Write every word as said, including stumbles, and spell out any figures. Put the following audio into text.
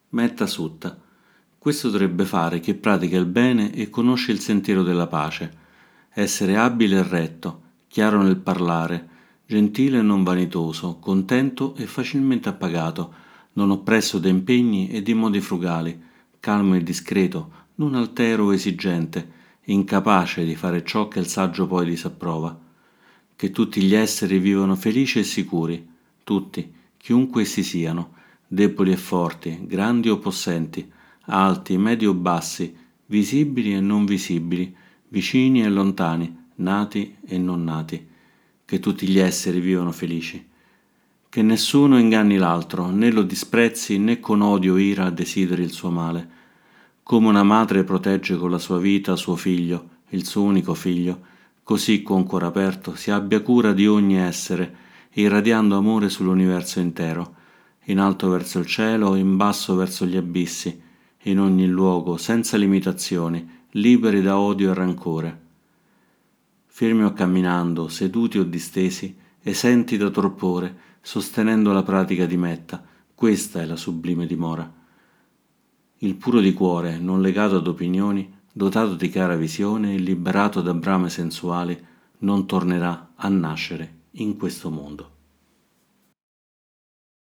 Metta sutta. Questo dovrebbe fare che pratica il bene e conosce il sentiero della pace, essere abile e retto, chiaro nel parlare, gentile e non vanitoso, contento e facilmente appagato, non oppresso da impegni e di modi frugali, calmo e discreto, non altero o esigente, incapace di fare ciò che il saggio poi disapprova. Che tutti gli esseri vivano felici e sicuri, tutti, chiunque essi siano, deboli e forti, grandi o possenti, alti, medi o bassi, visibili e non visibili, vicini e lontani, nati e non nati. Che tutti gli esseri vivano felici. Che nessuno inganni l'altro, né lo disprezzi né con odio o ira desideri il suo male. Come una madre protegge con la sua vita suo figlio, il suo unico figlio, così con cuore aperto si abbia cura di ogni essere, irradiando amore sull'universo intero, in alto verso il cielo, in basso verso gli abissi, in ogni luogo, senza limitazioni, liberi da odio e rancore. Fermi o camminando, seduti o distesi, esenti da torpore, sostenendo la pratica di metta, questa è la sublime dimora. Il puro di cuore, non legato ad opinioni, dotato di chiara visione e liberato da brame sensuali, non tornerà a nascere in questo mondo.